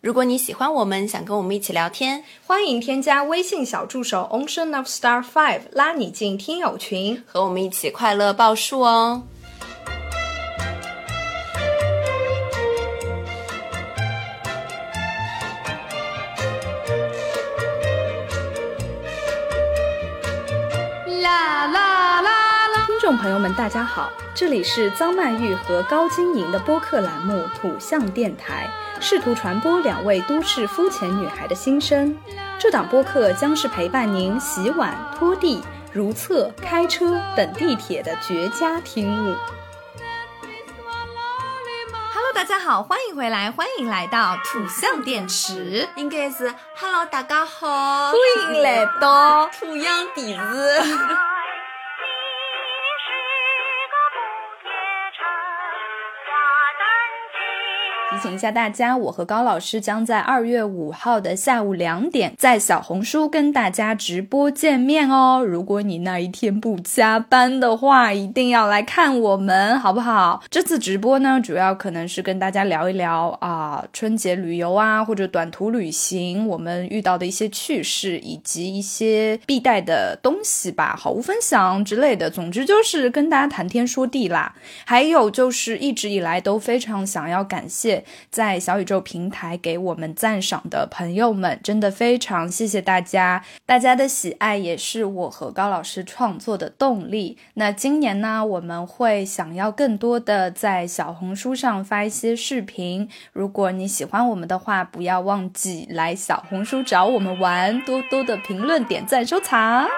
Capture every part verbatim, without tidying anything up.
如果你喜欢我们，想跟我们一起聊天， 欢迎添加微信小助手 Ocean of Star Five， 拉你进听友群， 和我们一起快乐报数哦。 啦啦啦啦！听众朋友们大家好，这里是张曼玉和高晶莹的播客栏目土象电台，试图传播两位都市肤浅女孩的心声。这档播客将是陪伴您洗碗、拖地、如厕、开车等地铁的绝佳听物。Hello， 大家好，欢迎回来，欢迎来到土象电池， 应该是 Hello， 大家好， 欢迎来到土样底子。 提醒一下大家，我和高老师将在二月五号的下午两点在小红书跟大家直播见面哦。如果你那一天不加班的话，一定要来看我们，好不好？这次直播呢，主要可能是跟大家聊一聊啊、呃，春节旅游啊，或者短途旅行我们遇到的一些趣事，以及一些必带的东西吧，好物分享之类的。总之就是跟大家谈天说地啦。还有就是一直以来都非常想要感谢在小宇宙平台给我们赞赏的朋友们，真的非常谢谢大家，大家的喜爱也是我和高老师创作的动力。那今年呢，我们会想要更多的在小红书上发一些视频，如果你喜欢我们的话，不要忘记来小红书找我们玩，多多的评论、点赞、收藏。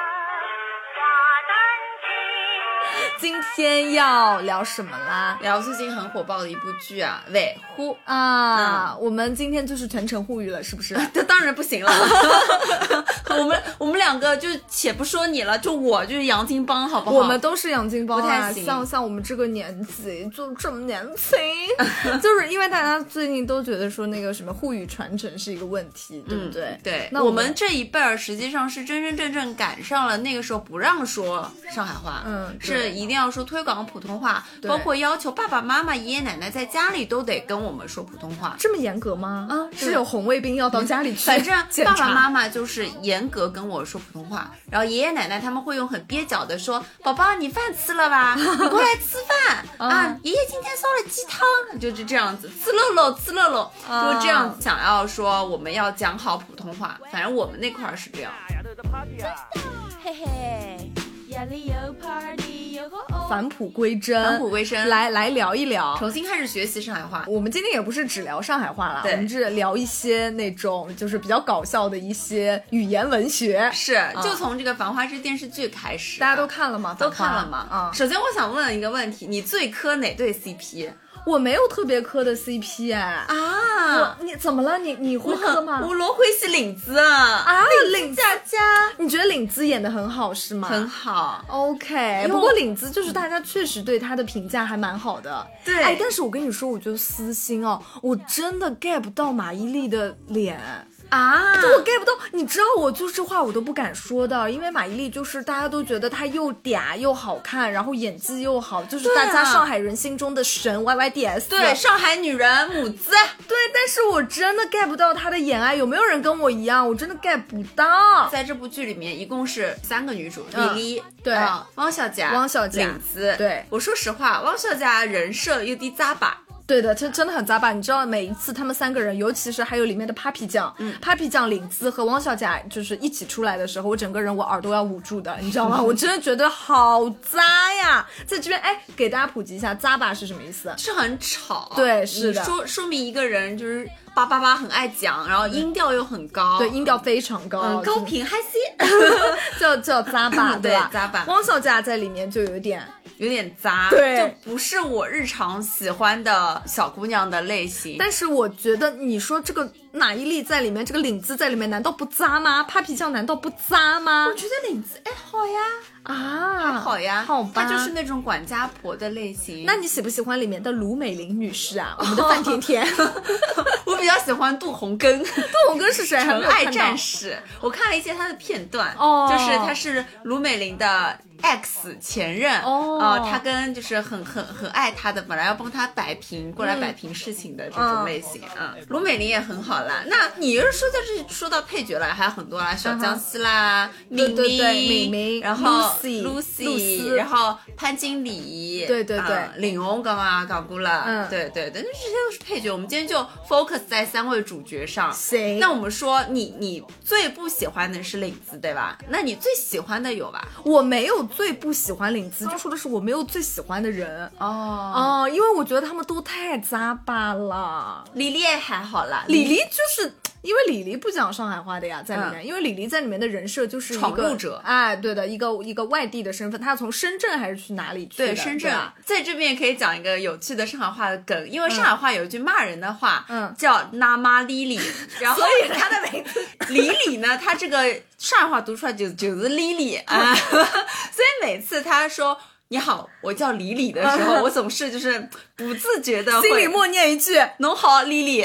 今天要聊什么啦？ 聊最近很火爆的一部剧啊，尾呼啊、嗯！我们今天就是全程沪语了，是不是？ 这当然不行了。我们我们两个就且不说你了，就我就是洋泾浜，好不好？ 我们都是洋泾浜、啊， 不太行。 像像我们这个年纪，就这么年轻，就是因为大家最近都觉得说那个什么沪语传承是一个问题，对不对？ 嗯、对。 那我们这一辈儿实际上是真真正正赶上了那个时候不让说上海话， 嗯， 是一定要说推广普通话，包括要求爸爸妈妈、爷爷奶奶在家里都得跟我们说普通话。 这么严格吗？ 啊， 是有红卫兵要到家里去？ 反正爸爸妈妈就是严格跟我说普通话，然后爷爷奶奶他们会用很蹩脚的说：“宝宝，你饭吃了吧？你过来吃饭啊！爷爷今天烧了鸡汤。”就是这样子，吃喽喽，吃喽喽，就这样想要说我们要讲好普通话。反正我们那块儿是这样。 嘿嘿。返璞归真， 返璞归真， 来来聊一聊， 重新开始学习上海话。 我们今天也不是只聊上海话了， 对， 我们是聊一些那种就是比较搞笑的一些语言文学。 是，嗯、就从这个《繁花》这电视剧开始， 大家都看了吗？ 都看了吗？ 啊、嗯。 首先我想问一个问题，你最磕哪对 C P？ 我没有特别磕的 C P 哎啊！ 你怎么了？你你会磕吗？ 我罗辉是领子啊！ 啊， 领佳佳， 你觉得领子演得很好是吗？ 很好 ，OK。不过领子就是大家确实对他的评价还蛮好的。 对， 哎，但是我跟你说，我觉得私心哦，我真的 get 不到马伊琍的脸。 啊， 就我 get 不到，你知道我就这话我都不敢说的，因为马伊琍就是大家都觉得她又嗲又好看，然后演技又好，就是大家上海人心中的神 Y Y D S。 对，上海女人母子。 对，但是我真的 get 不到她的演爱，有没有人跟我一样？我真的 get 不到。 在这部剧里面，一共是三个女主，李嗯、 丽， 对、 嗯，汪小佳， 汪小佳， 领子。 对， 我说实话，汪小佳人设有点扎吧。 对的，这真的很杂吧？你知道每一次他们三个人，尤其是还有里面的 Papi 酱，嗯 ，Papi 酱、领子和汪小佳就是一起出来的时候，我整个人我耳朵要捂住的，你知道吗？我真的觉得好渣呀！在这边，哎，给大家普及一下，渣吧是什么意思？ 是很吵。 对，是的。 说说明一个人就是叭叭叭很爱讲，然后音调又很高， 对，音调非常高， 嗯、高频嗨 C， 叫叫渣吧，对吧？ 渣吧。 汪小佳在里面就有点。 有点渣， 对， 就不是我日常喜欢的小姑娘的类型。 但是我觉得你说这个马伊琍在里面，这个领子在里面，难道不渣吗？Papi酱难道不渣吗？ 我觉得领子哎好呀， 啊， 还好呀， 好吧， 她就是那种管家婆的类型。 那你喜不喜欢里面的卢美玲女士啊？我们的范甜甜。 我比较喜欢杜洪根。 杜洪根是谁？ 纯爱战士，我看了一些她的片段， 哦， 就是她是卢美玲的 X 前任哦， 呃，他跟就是很很很爱他的，本来要帮他摆平过来摆平事情的这种类型，嗯，嗯卢美玲也很好啦。那你要是说在这说到配角了，还有很多啦，小姜丝啦，敏对对对敏， 敏敏然后 Lucy Lucy，然后潘金莲， 对对对， 嗯、领红刚刚讲过了， 嗯， 对对对，那这些都是配角。我们今天就 focus 在三位主角上。 行， 那我们说你你最不喜欢的是领子对吧？那你最喜欢的有吧？ 我没有最不喜欢领子，就说的是我没有最喜欢的人哦哦、呃，因为我觉得他们都太渣巴了。 李丽还好啦， 李黎就是因为李黎不讲上海话的呀，在里面，嗯、因为李黎在里面的人设就是一个闯入者， 哎，对的，一个一个外地的身份，他从深圳还是去哪里去的？ 对，深圳。 啊、 在这边也可以讲一个有趣的上海话的梗，因为上海话有一句骂人的话， 嗯， 叫那妈李李，然后所以他的名字李李呢，他这个上海话读出来就就是李李啊，所以每次他说。你好，我叫李李的时候，我总是就是不自觉的心里默念一句 “侬好，李李”。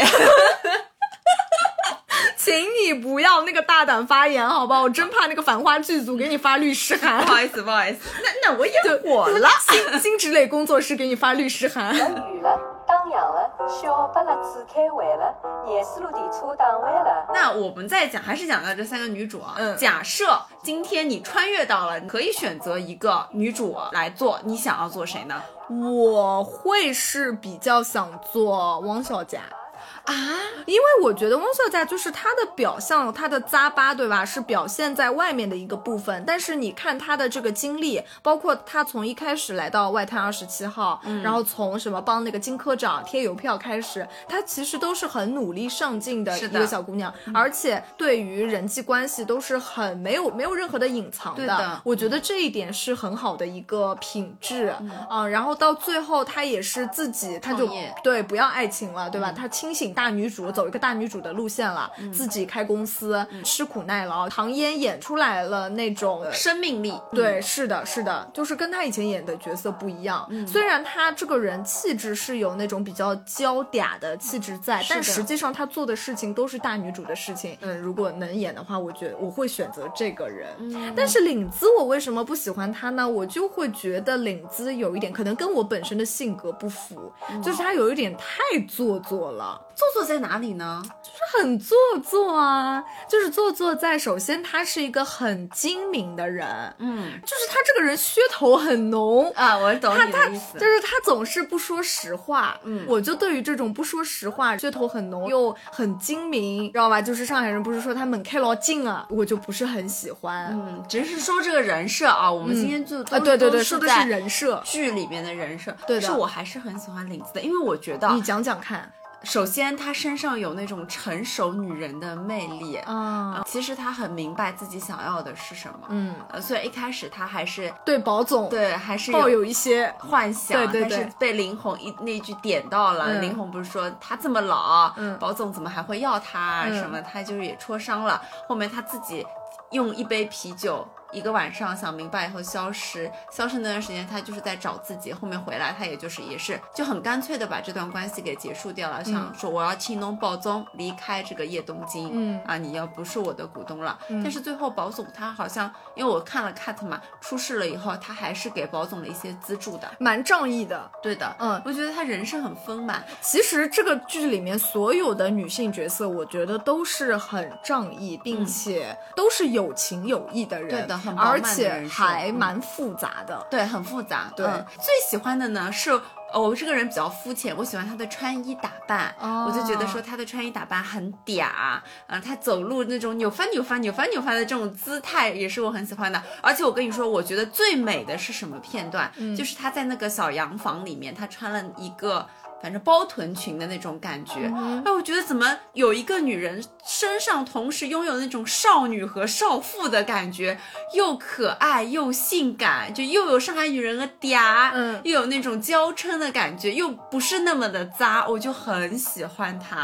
请你不要那个大胆发言，好吧？我真怕那个繁花剧组给你发律师函。 不好意思，不好意思，那那我也火了。 新新职类工作室给你发律师函。 人远了，打烊了，小巴拉子开会了，廿四路电车打完了。 那我们再讲，还是讲到这三个女主啊。 嗯， 假设今天你穿越到了，可以选择一个女主来做，你想要做谁呢？ 我会是比较想做汪小佳。 啊， 因为我觉得汪小佳就是她的表象，她的扎巴，对吧？是表现在外面的一个部分，但是你看她的这个经历，包括她从一开始来到外滩二十七号，嗯，然后从什么帮那个金科长贴邮票开始，她其实都是很努力上进的一个小姑娘，而且对于人际关系都是很没有没有任何的隐藏的。 对的， 我觉得这一点是很好的一个品质，嗯，嗯然后到最后她也是自己，她就对不要爱情了，对吧？她清醒。大女主走一个大女主的路线了，嗯、自己开公司，嗯、吃苦耐劳。唐嫣演出来了那种生命力， 对，嗯、是的，是的，就是跟她以前演的角色不一样。嗯、虽然她这个人气质是有那种比较娇嗲的气质在，但实际上她做的事情都是大女主的事情。嗯，如果能演的话，我觉得我会选择这个人。嗯、但是领子我为什么不喜欢她呢？我就会觉得领子有一点可能跟我本身的性格不符，嗯、就是她有一点太做作了。 做作在哪里呢？ 就是很做作啊，就是做作在首先他是一个很精明的人，嗯，就是他这个人噱头很浓啊，我懂你的意思， 就是他总是不说实话，嗯，我就对于这种不说实话、噱头很浓又很精明，知道吧？就是上海人不是说他猛开老劲啊，我就不是很喜欢， 嗯，只是说这个人设啊，我们今天就、 嗯、啊，对对对，说的是人设， 剧里面的人设， 对的， 是我还是很喜欢领子的，因为我觉得你讲讲看。 首先她身上有那种成熟女人的魅力啊、 呃，其实她很明白自己想要的是什么， 嗯， 呃，所以一开始她还是对宝总对还是抱有一些幻想， 对对对， 但是被林红一那句点到了， 嗯、 林红不是说她这么老， 嗯， 宝总怎么还会要她、 嗯、 什么，她就是也戳伤了，后面她自己用一杯啤酒。一个晚上想明白以后消失，消失那段时间他就是在找自己，后面回来他也就是也是就很干脆的把这段关系给结束掉了，想说我要请侬保总离开这个叶东京， 嗯啊，你要不是我的股东了， 嗯、 但是最后保总他好像因为我看了 cut 嘛，出事了以后他还是给保总了一些资助的， 蛮仗义的， 对的， 嗯， 我觉得他人生很丰满。 其实这个剧里面所有的女性角色，我觉得都是很仗义，并且都是有情有义的人， 对的，很而且还蛮复杂的， 嗯、对，很复杂。 对、 嗯，最喜欢的呢是。哦，我这个人比较肤浅，我喜欢她的穿衣打扮， 哦、 我就觉得说她的穿衣打扮很嗲，啊、呃，她走路那种扭翻扭翻扭翻扭翻的这种姿态也是我很喜欢的。而且我跟你说，我觉得最美的是什么片段？嗯、就是她在那个小洋房里面，她穿了一个。反正包臀裙的那种感觉，哎、嗯，我觉得怎么有一个女人身上同时拥有那种少女和少妇的感觉，又可爱又性感，就又有上海女人的嗲， 嗯， 又有那种娇嗔的感觉，又不是那么的渣，我就很喜欢她。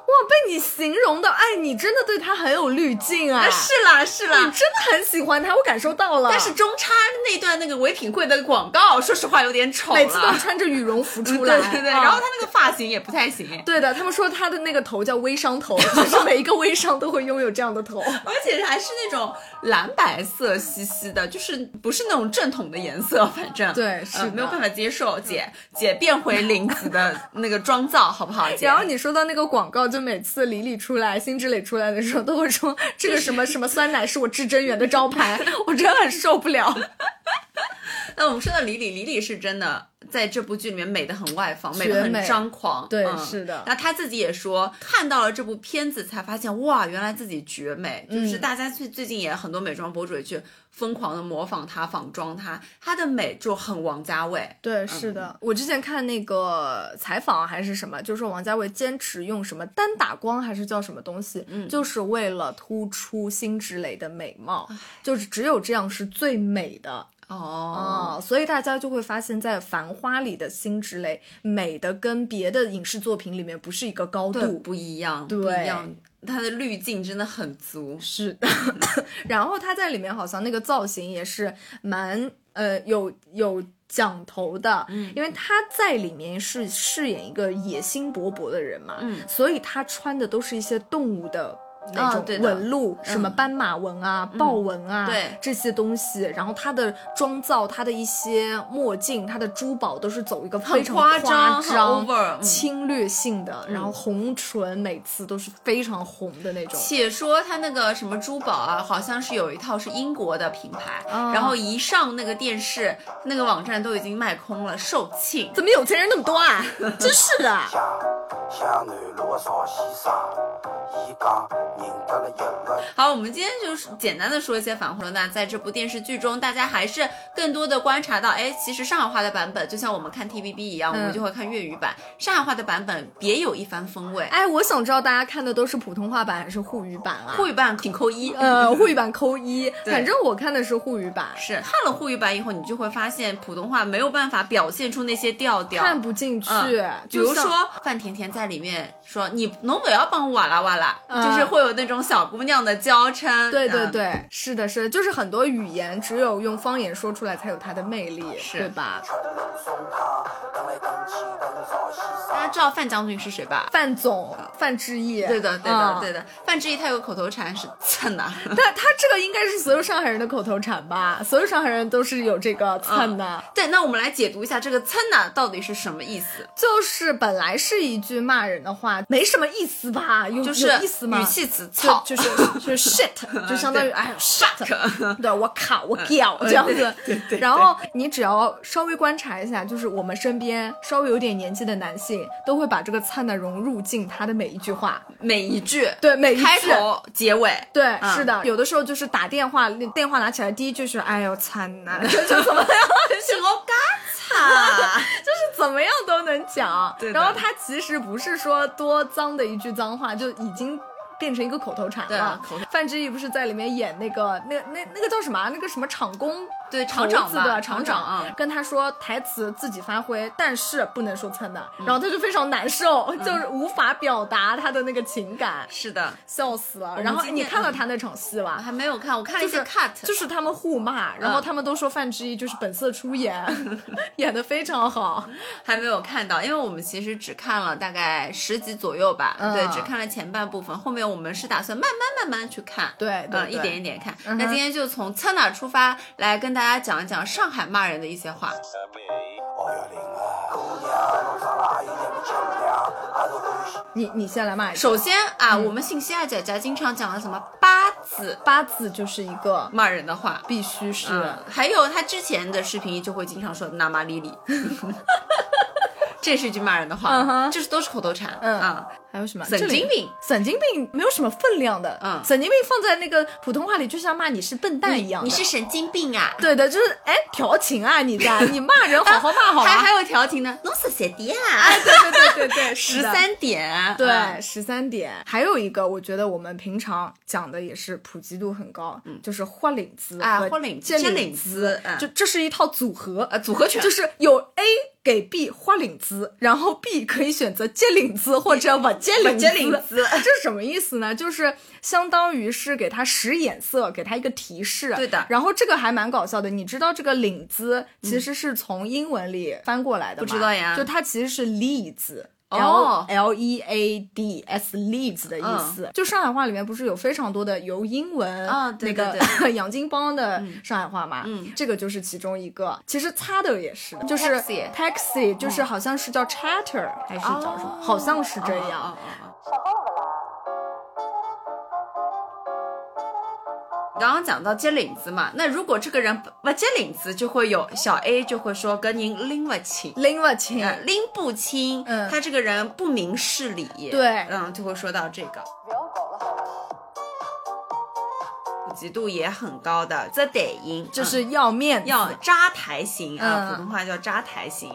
被你形容的，哎，你真的对他很有滤镜啊！ 是啦是啦， 你真的很喜欢他，我感受到了。 但是中差那段那个唯品会的广告，说实话有点丑了， 每次都穿着羽绒服出来， 对对对，啊、然后他那个发型也不太行。 对的，他们说他的那个头叫微商头，就是每一个微商都会拥有这样的头， 而且还是那种蓝白色兮兮的，就是不是那种正统的颜色，反正对是、呃、 没有办法接受。姐姐变回林子的那个妆造好不好？姐。 然后你说到那个广告，就每次李李出来，辛芷蕾出来的时候，都会说这个什么什么酸奶是我至臻园的招牌，我真的很受不了。 那我们说到李李，李李是真的在这部剧里面美得很外放，美得很张狂。 对、 嗯， 是的。 那他自己也说，看到了这部片子才发现，哇，原来自己绝美。嗯、就是大家最最近也很多美妆博主也去疯狂的模仿她、仿妆她，她的美就很王家卫。 对，是的。嗯、我之前看那个采访还是什么，就说王家卫坚持用什么单打光还是叫什么东西，嗯，就是为了突出辛芷蕾的美貌，就是只有这样是最美的。 哦、 嗯，所以大家就会发现在《繁花》里的辛芷蕾美的跟别的影视作品里面不是一个高度， 不一样， 对， 不一样，它的滤镜真的很足。 是的。然后他在里面好像那个造型也是蛮呃有有讲头的，嗯，因为他在里面是饰演一个野心勃勃的人嘛，嗯，所以他穿的都是一些动物的那种纹路、哦、什么斑马纹啊、嗯、豹纹啊、 对这些东西，然后它的妆造、它的一些墨镜、它的珠宝都是走一个非常夸张、 夸张 over, 侵略性的、嗯、然后红唇每次都是非常红的那种。 且说它那个什么珠宝啊，好像是有一套是英国的品牌、哦、然后一上那个电视那个网站都已经卖空了，售罄。 怎么有钱人那么多啊？真是的。 好，我们今天就是简单的说一些反话。那在这部电视剧中，大家还是更多的观察到，哎，其实上海话的版本就像我们看 T V B 一样、嗯、我们就会看粤语版，上海话的版本别有一番风味。 哎，我想知道大家看的都是普通话版还是沪语版啊？ 沪语版请扣一， 呃，沪语版扣一，反正我看的是沪语版。 是看了沪语版以后，你就会发现普通话没有办法表现出那些调调， 看不进去。嗯、 比如说范甜甜在里面说你侬不要帮我哇啦哇啦、嗯，就是会有那种小姑娘的娇嗔。 对对对、嗯，是的，是的，就是很多语言只有用方言说出来才有它的魅力， 是对吧？ 大家知道范将军是谁吧？ 范总，范志毅。 对的，对的， 嗯、 对的。范志毅他有口头禅是蹭的， 但他这个应该是所有上海人的口头禅吧？所有上海人都是有这个蹭的、嗯。 对，那我们来解读一下这个蹭的到底是什么意思？ 就是本来是一句骂人的话，没什么意思吧？有就是有意思吗？ 语气词操， 就就是就是 shit， 就相当于哎呀 shit， 对，我靠，我屌这样子。 对 对, 对。 然后你只要稍微观察一下，就是我们身边稍微有点年纪的男性，都会把这个蹭的融入进他的每一句话， 每一句， 对，每一句开头、结尾， 对、 嗯， 是的。有的时候就是打电话，电话拿起来第一句是哎呦惨呐，就就怎么样， 是我嘎惨， 就是怎么样都能讲。然后他其实不是说多脏的一句脏话，就已经变成一个口头禅了。范志毅不是在里面演那个那那那个叫什么那个什么厂工， 对，厂长的厂长啊、 嗯，跟他说台词自己发挥，但是不能说蹭的、嗯，然后他就非常难受、嗯，就是无法表达他的那个情感。 是的， 笑死了。然后你看了他那场戏吧？ 还没有看，我看了一些 cut，、 就是、就是他们互骂，然后他们都说范志毅就是本色出演，嗯、演得非常好。 还没有看到，因为我们其实只看了大概十集左右吧，嗯、对，只看了前半部分，后面我们是打算慢慢慢慢去看， 对，对嗯，一点一点看。 嗯、 那今天就从蹭哪出发，来跟大家讲一讲上海骂人的一些话。 你你先来骂一下。 首先啊、嗯，我们信息爱姐姐经常讲的什么八字， 八字就是一个骂人的话， 必须是、 嗯。还有他之前的视频就会经常说那玛丽丽。这是一句骂人的话， 嗯、 这是都是口头禅。 嗯啊， 还有什么？ 神经病， 神经病没有什么分量的。 嗯， 神经病放在那个普通话里就像骂你是笨蛋一样的。 你, 你是神经病啊？ 对的，就是哎调情啊，你在你骂人好好骂好了。 还还有调情呢，侬十三点啊？ 哎，对对对对对， 十三点。 对，十三点。还有一个，我觉得我们平常讲的也是普及度很高，嗯，就是花领子啊，花领子、 接领子， 嗯， 就这是一套组合， 呃，组合拳， 就是有 A。给 B 花领子，然后 B 可以选择接领子或者不接领接领子这是什么意思呢？就是相当于是给他使眼色，给他一个提示。 对的。 然后这个还蛮搞笑的，你知道这个领子其实是从英文里翻过来的吗？ 不知道呀。 就它其实是 leads。 哦 L L E A D S leads 的意思、嗯、就上海话里面不是有非常多的由英文、 哦、对对对那个杨金邦的上海话嘛、 嗯、 这个就是其中一个。其实擦的也是就是 taxi, taxi 就是好像是叫 chatter、哦、还是叫什么、哦、好像是这样、哦哦哦刚刚讲到接领子嘛，那如果这个人不接领子，就会有小 A 就会说跟您拎不清， 拎不清、 呃、拎不清、嗯、他这个人不明事理， 对， 嗯，就会说到这个。普及度也很高的这得音， 就是要面子、 嗯、要扎台型啊、 嗯， 普通话叫扎台型。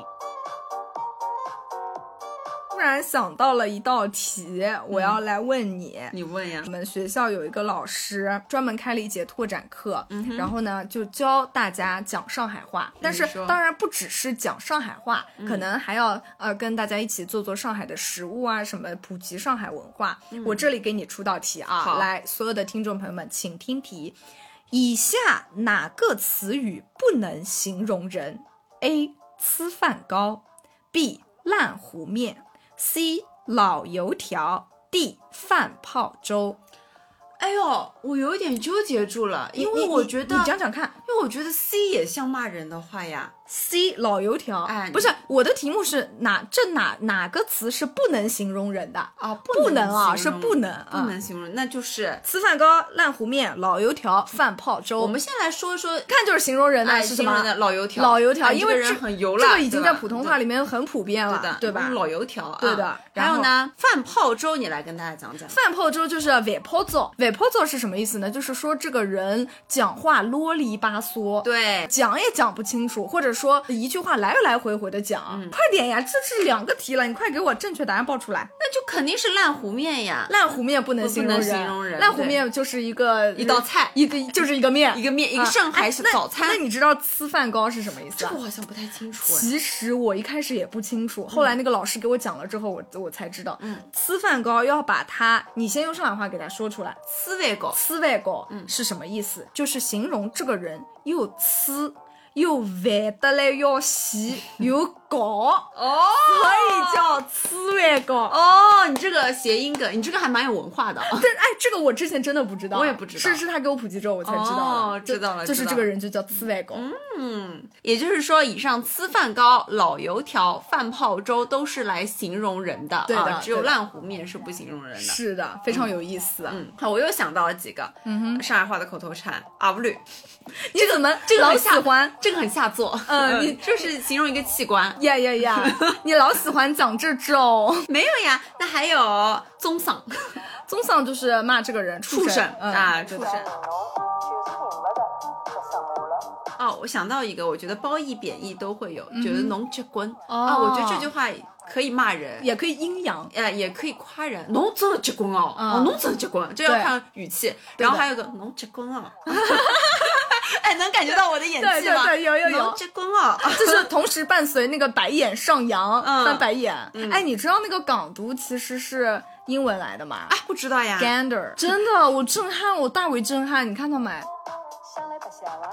突然想到了一道题，我要来问你。 嗯、你问呀。 我们学校有一个老师专门开了一节拓展课、嗯、然后呢就教大家讲上海话，但是当然不只是讲上海话、嗯、可能还要呃跟大家一起做做上海的食物啊，什么普及上海文化、嗯、我这里给你出道题啊，来，所有的听众朋友们请听题。以下哪个词语不能形容人？ A 吃饭糕， B 烂糊面， C 老油条， D 饭泡粥。 哎呦，我有一点纠结住了，因为我觉得你, 你, 你讲讲看， 因为我觉得 C 也像骂人的话呀。 C 老油条， 哎， 不是，我的题目是哪这哪哪个词是不能形容人的啊？ 不能啊，是不能， 不能形容，那就是吃饭糕、烂糊面、老油条、饭泡粥。 我们先来说一说， 看就是形容人的、哎、是什么？ 的老油条， 老油条， 哎、 因为这个人很油辣， 这个已经在普通话里面很普遍了， 对的， 对吧？ 老油条， 对的。 啊、还有呢，饭泡粥，你来跟大家讲讲。 饭泡粥就是饭泡粥，饭泡粥是什么意思呢？就是说这个人讲话啰里吧嗦， 对， 讲也讲不清楚，或者说一句话来来回回的讲、嗯、快点呀，这是两个题了，你快给我正确答案报出来。 那就肯定是烂糊面呀， 烂糊面不能形容人， 不能形容人， 烂糊面就是一个一道菜， 一个就是一个面， 一个面，一个剩还是早餐、 啊那。那你知道吃饭糕是什么意思、啊？ 这个我好像不太清楚。 其实我一开始也不清楚，后来那个老师给我讲了之后，我我才知道，嗯，吃饭糕要把它，你先用上海话给它说出来。 吃饭糕， 吃饭糕，嗯，是什么意思？就是形容这个人又吃。又饭得来要细又高哦， 所以叫吃饭糕哦。你这个谐音梗，你这个还蛮有文化的。 对，哎，这个我之前真的不知道， 我也不知道， 是是他给我普及之后我才知道的。 哦，知道了， 就是这个人就叫吃饭糕。 嗯，也就是说，以上吃饭糕、老油条、饭泡粥都是来形容人的， 对的， 啊、只有烂糊面是不形容人的。 是的，非常有意思。 嗯，好、嗯，我又想到了几个，嗯哼，上海话的口头禅啊不对， 你怎么这个老喜欢？ 这个很下作， 嗯，你就是形容一个器官。 呀呀呀！你老喜欢讲这种？ 没有呀，那还有宗丧， 宗丧就是骂这个人畜生、 嗯、 啊，畜生。哦，我想到一个，我觉得褒义贬义都会有，嗯、觉得侬结棍啊，我觉得这句话可以骂人， 也可以阴阳， 呃，也可以夸人。侬真的结棍哦， 嗯、 哦，侬真的结棍，这要看语气。然后还有个侬结棍哦。哎，能感觉到我的演技吗？ 对对对，有有有， 结棍啊， 就是同时伴随那个白眼上扬， 嗯、 翻白眼、 嗯。 哎，你知道那个港独其实是英文来的吗？ 啊，不知道呀。 Gander， 真的，我震撼，我大为震撼，你看到没？ 想来不想啊？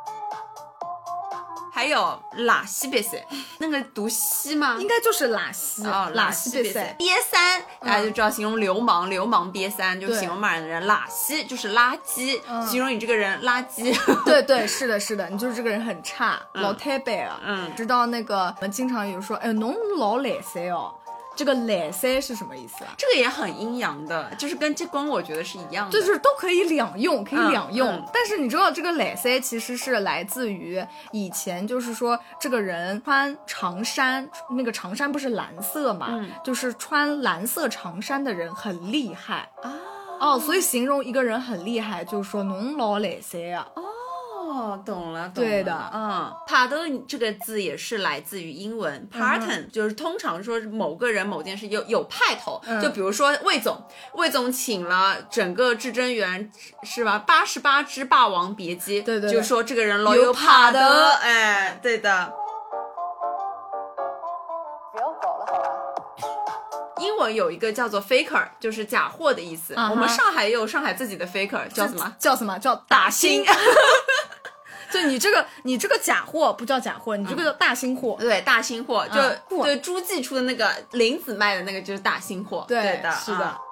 还有拉西别塞，那个读西吗？ 应该就是拉西， 哦， 拉西别塞。 瘪三，大家就知道形容流氓，流氓瘪三就形容骂人的人。拉西就是垃圾，嗯、形容你这个人垃圾。 对对，是的，是的，你就是这个人很差， 嗯、 老太白了。 嗯， 知道那个我们经常有说，哎，侬老懒散哦。这个懒散是什么意思啊？ 这个也很阴阳的，就是跟结棍我觉得是一样的， 就是都可以两用，可以两用。 嗯嗯、 但是你知道这个懒散其实是来自于以前，就是说这个人穿长衫，那个长衫不是蓝色嘛， 嗯、 就是穿蓝色长衫的人很厉害啊。 哦，所以形容一个人很厉害，就是说侬老懒散啊。 哦，懂了，懂了， 对的， 嗯 ，pardon 这个字也是来自于英文 ，pardon、嗯、就是通常说某个人某件事有有派头、嗯，就比如说魏总，魏总请了整个至臻园是吧，八十八只霸王别姬， 对 对, 对， 就说这个人老有帕的，哎，对的。 不要搞了，好吧。 英文有一个叫做 faker， 就是假货的意思。 uh-huh. 我们上海也有上海自己的 faker， 叫什么？ 叫什么？叫打新。就你这个你这个假货不叫假货，你这个叫大新货。 嗯、对，大新货，就、 嗯、 对朱记出的那个林子卖的那个就是大新货。 对, 对的， 是的。 啊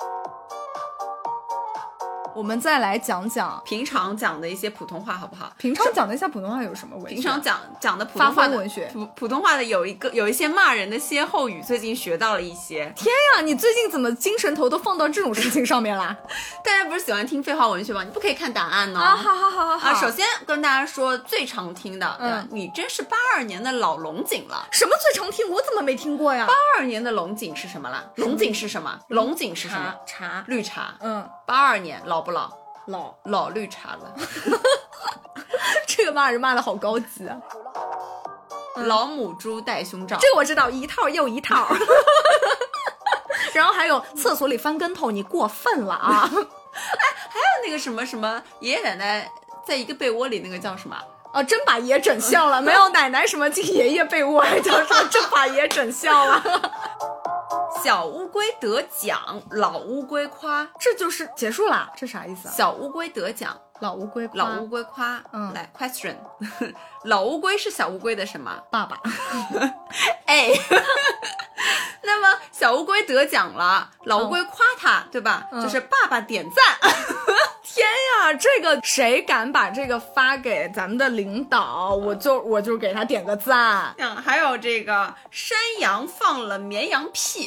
我们再来讲讲平常讲的一些普通话好不好？ 平常讲的一下普通话有什么文学？ 平常讲讲的普通话的发疯文学， 普普通话的有一个有一些骂人的歇后语，最近学到了一些。 天呀，你最近怎么精神头都放到这种事情上面啦？ 大家不是喜欢听废话文学吗？你不可以看答案呢、哦。 啊，好好好好好。 啊，首先跟大家说最常听的， 嗯， 你真是八二年的老龙井了。 什么最常听？我怎么没听过呀？ 八二年的龙井是什么啦？龙井是什么？龙井是什么？ 茶， 绿茶。 嗯， 八二年老不老？ 老老绿茶了。 这个骂人骂的好高级啊！ 老母猪戴胸罩， 这个我知道，一套又一套。然后还有厕所里翻跟头，你过分了啊！ 哎，还有那个什么什么爷爷奶奶在一个被窝里，那个叫什么？ 哦，真把爷整笑了。没有奶奶什么进爷爷被窝，还叫什么真把爷整笑了。 小乌龟得奖，老乌龟夸， 这就是结束啦？这啥意思啊？ 小乌龟得奖， 老乌龟夸， 老乌龟夸。 嗯， 来 question， 老乌龟是小乌龟的什么？ 爸爸。 哎，那么小乌龟得奖了，老乌龟夸他，嗯、对吧？嗯、就是爸爸点赞。 天呀，这个谁敢把这个发给咱们的领导，我就我就给他点个赞。 嗯，还有这个山羊放了绵羊屁。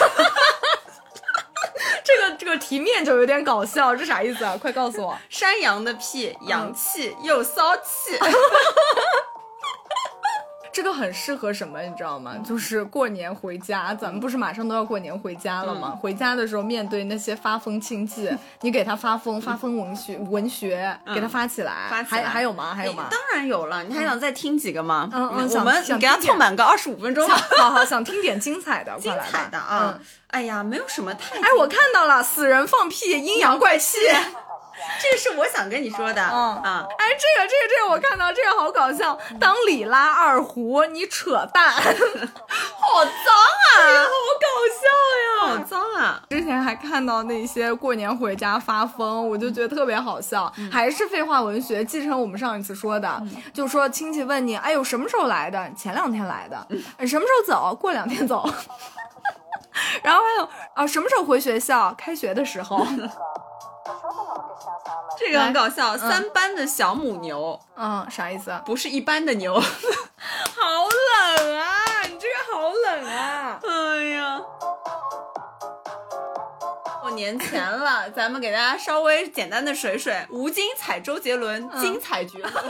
这个这个题面就有点搞笑，这啥意思啊？快告诉我。 山羊的屁洋气又骚气。 这个很适合什么你知道吗？就是过年回家，咱们不是马上都要过年回家了吗？嗯、回家的时候面对那些发疯亲戚，你给他发疯发疯文学文学、嗯、给他发起来。 发起来还还有吗？还有吗？ 当然有了，你还想再听几个吗？ 嗯嗯， 我们你给他凑满个二十五分钟吧。 好好，想听点精彩的， 精彩的啊！ 嗯、 哎呀，没有什么太…… 哎，我看到了，死人放屁，阴阳怪气。 这个是我想跟你说的， 嗯啊， 哎，这个这个这个我看到，这个好搞笑。当里拉二胡，你扯淡，好脏啊， 好搞笑呀，好脏啊！ 之前还看到那些过年回家发疯，我就觉得特别好笑。嗯、还是废话文学，继承我们上一次说的，嗯、就说亲戚问你，哎呦什么时候来的？前两天来的。嗯、什么时候走？过两天走。然后还有啊，什么时候回学校？开学的时候。 这个很搞笑，三班的小母牛， 嗯，啥意思？ 不是一般的牛。 好冷啊！你这个好冷啊！ 哎呀，过年前了，咱们给大家稍微简单的水水。吴京踩周杰伦，嗯、精彩绝伦。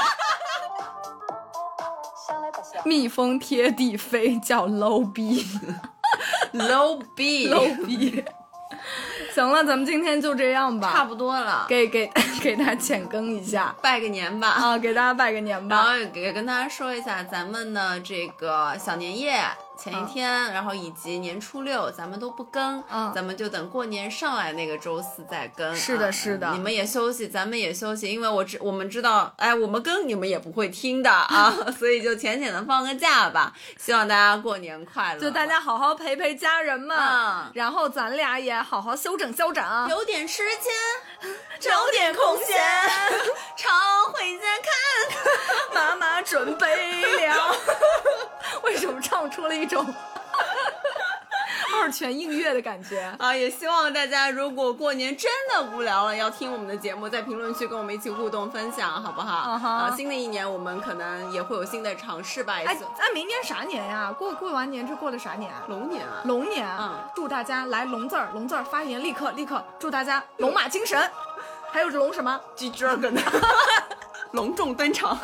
蜜蜂贴地飞，叫 low 逼 ，low 逼 ，low 逼。行了，咱们今天就这样吧， 差不多了， 给给给大家浅更一下， 拜个年吧啊，给大家拜个年吧， 然后也跟大家说一下咱们的这个小年夜前一天、嗯、然后以及年初六咱们都不更，嗯，咱们就等过年上来那个周四再更。 是的，是的、 啊，你们也休息，咱们也休息，因为我知我们知道，哎，我们更你们也不会听的啊，所以就浅浅的放个假吧。希望大家过年快乐， 就大家好好陪陪家人们，嗯，然后咱俩也好好休整休整， 有点时间，找点空闲，常回家看看。 妈妈准备了。为什么唱出了一种二泉映月的感觉啊？也希望大家如果过年真的无聊了，要听我们的节目，在评论区跟我们一起互动分享，好不好？ uh-huh. 啊，新的一年我们可能也会有新的尝试吧。 哎，哎，明年啥年呀？过过完年这过的啥年？ 龙年啊， 龙年。 嗯， 祝大家来龙字儿，龙字儿发言立刻立刻，祝大家龙马精神。还有龙什么 ？G Dragon， 隆重登场。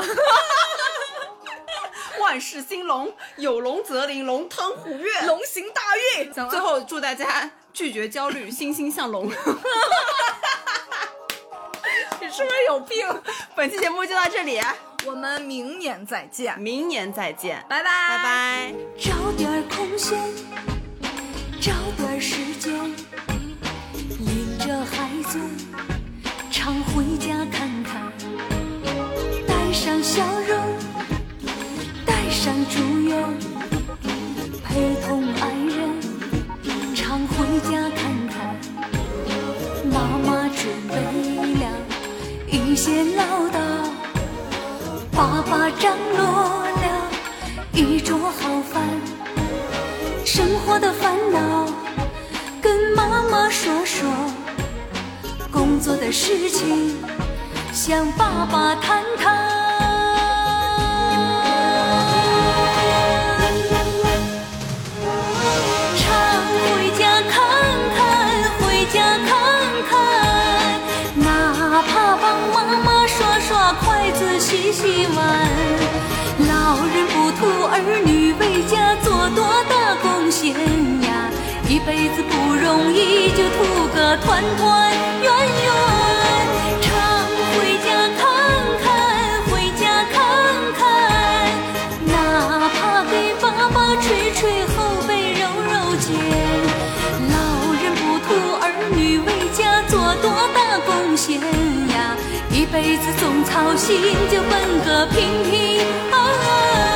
万事兴隆，有龙则灵，龙腾虎跃， 龙行大运。 最后祝大家拒绝焦虑，欣欣向荣。 你是不是有病？ 本期节目就到这里， 我们明年再见， 明年再见， 拜拜， 拜拜。 找点空闲，找点时间，领着孩子常回家看看，带上笑容，带上祝愿，陪同爱人常准备了一些唠叨，爸爸张罗了一桌好饭，生活的烦恼跟妈妈说说，工作的事情向爸爸谈谈。常回家看看，回家看看，哪怕帮妈妈刷刷筷子洗洗碗，老人不图儿女为家做多大贡献呀，一辈子不容易，就图个团团圆圆。常回家看看，回家看看，哪怕给爸爸捶捶后背揉揉肩，老人不图儿女为家做多大贡献呀，一辈子总操心，就奔个平平安安。